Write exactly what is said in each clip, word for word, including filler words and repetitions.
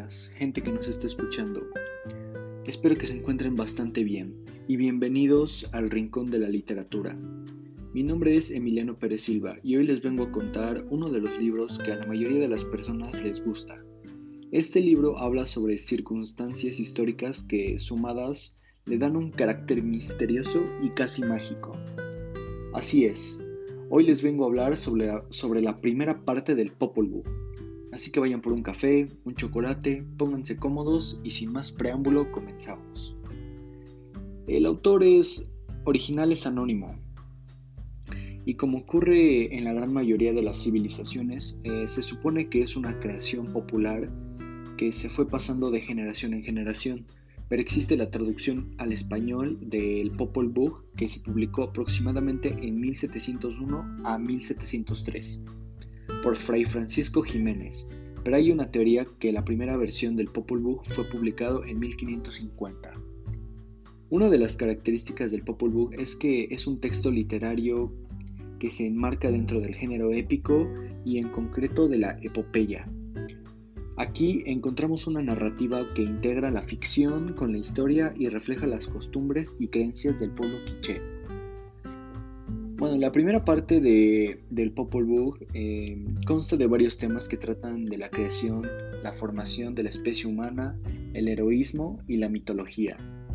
días, gente que nos está escuchando. Espero que se encuentren bastante bien y bienvenidos al Rincón de la Literatura. Mi nombre es Emiliano Pérez Silva y hoy les vengo a contar uno de los libros que a la mayoría de las personas les gusta. Este libro habla sobre circunstancias históricas que, sumadas, le dan un carácter misterioso y casi mágico. Así es, hoy les vengo a hablar sobre la, sobre la primera parte del Popol Vuh. Así que vayan por un café, un chocolate, pónganse cómodos y sin más preámbulo comenzamos. El autor es original es anónimo y como ocurre en la gran mayoría de las civilizaciones, eh, se supone que es una creación popular que se fue pasando de generación en generación, pero existe la traducción al español del Popol Vuh que se publicó aproximadamente en mil setecientos uno a mil setecientos tres. Por Fray Francisco Jiménez, pero hay una teoría que la primera versión del Popol Vuh fue publicado en mil quinientos cincuenta. Una de las características del Popol Vuh es que es un texto literario que se enmarca dentro del género épico y en concreto de la epopeya. Aquí encontramos una narrativa que integra la ficción con la historia y refleja las costumbres y creencias del pueblo quiché. Bueno, la primera parte de, del Popol Vuh eh, consta de varios temas que tratan de la creación, la formación de la especie humana, el heroísmo y la mitología.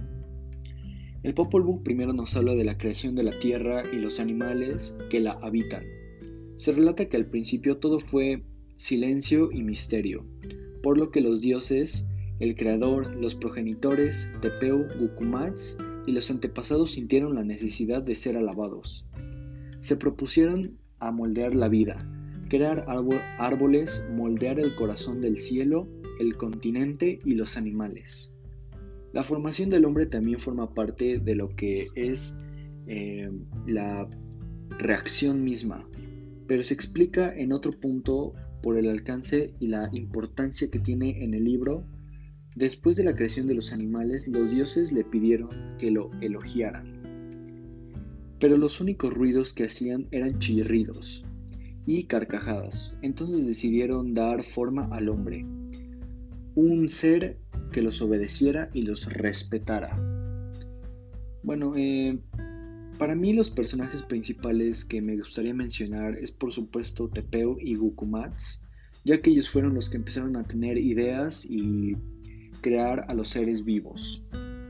El Popol Vuh primero nos habla de la creación de la tierra y los animales que la habitan. Se relata que al principio todo fue silencio y misterio, por lo que los dioses, el creador, los progenitores, Tepeu, Gucumatz y los antepasados sintieron la necesidad de ser alabados. Se propusieron a moldear la vida, crear árboles, moldear el corazón del cielo, el continente y los animales. La formación del hombre también forma parte de lo que es eh, la reacción misma, pero se explica en otro punto por el alcance y la importancia que tiene en el libro. Después de la creación de los animales, los dioses le pidieron que lo elogiaran. Pero los únicos ruidos que hacían eran chirridos y carcajadas. Entonces decidieron dar forma al hombre, un ser que los obedeciera y los respetara. Bueno, eh, para mí los personajes principales que me gustaría mencionar es por supuesto Tepeu y Gucumatz, ya que ellos fueron los que empezaron a tener ideas y crear a los seres vivos.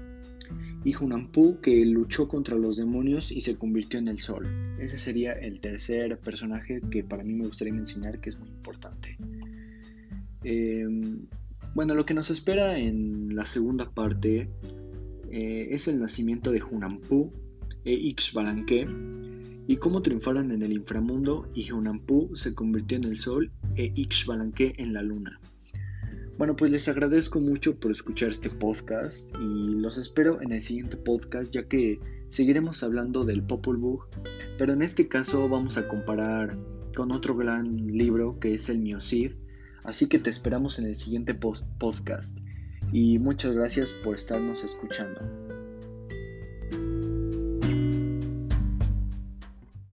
Y Hunahpu, que luchó contra los demonios y se convirtió en el sol. Ese sería el tercer personaje que para mí me gustaría mencionar, que es muy importante. Eh, bueno, lo que nos espera en la segunda parte eh, es el nacimiento de Hunahpu e Ixbalanque y cómo triunfaron en el inframundo y Hunahpu se convirtió en el sol e Ixbalanque en la luna. Bueno, pues les agradezco mucho por escuchar este podcast y los espero en el siguiente podcast, ya que seguiremos hablando del Popol Vuh, pero en este caso vamos a comparar con otro gran libro que es el Miocid, así que te esperamos en el siguiente post- podcast y muchas gracias por estarnos escuchando.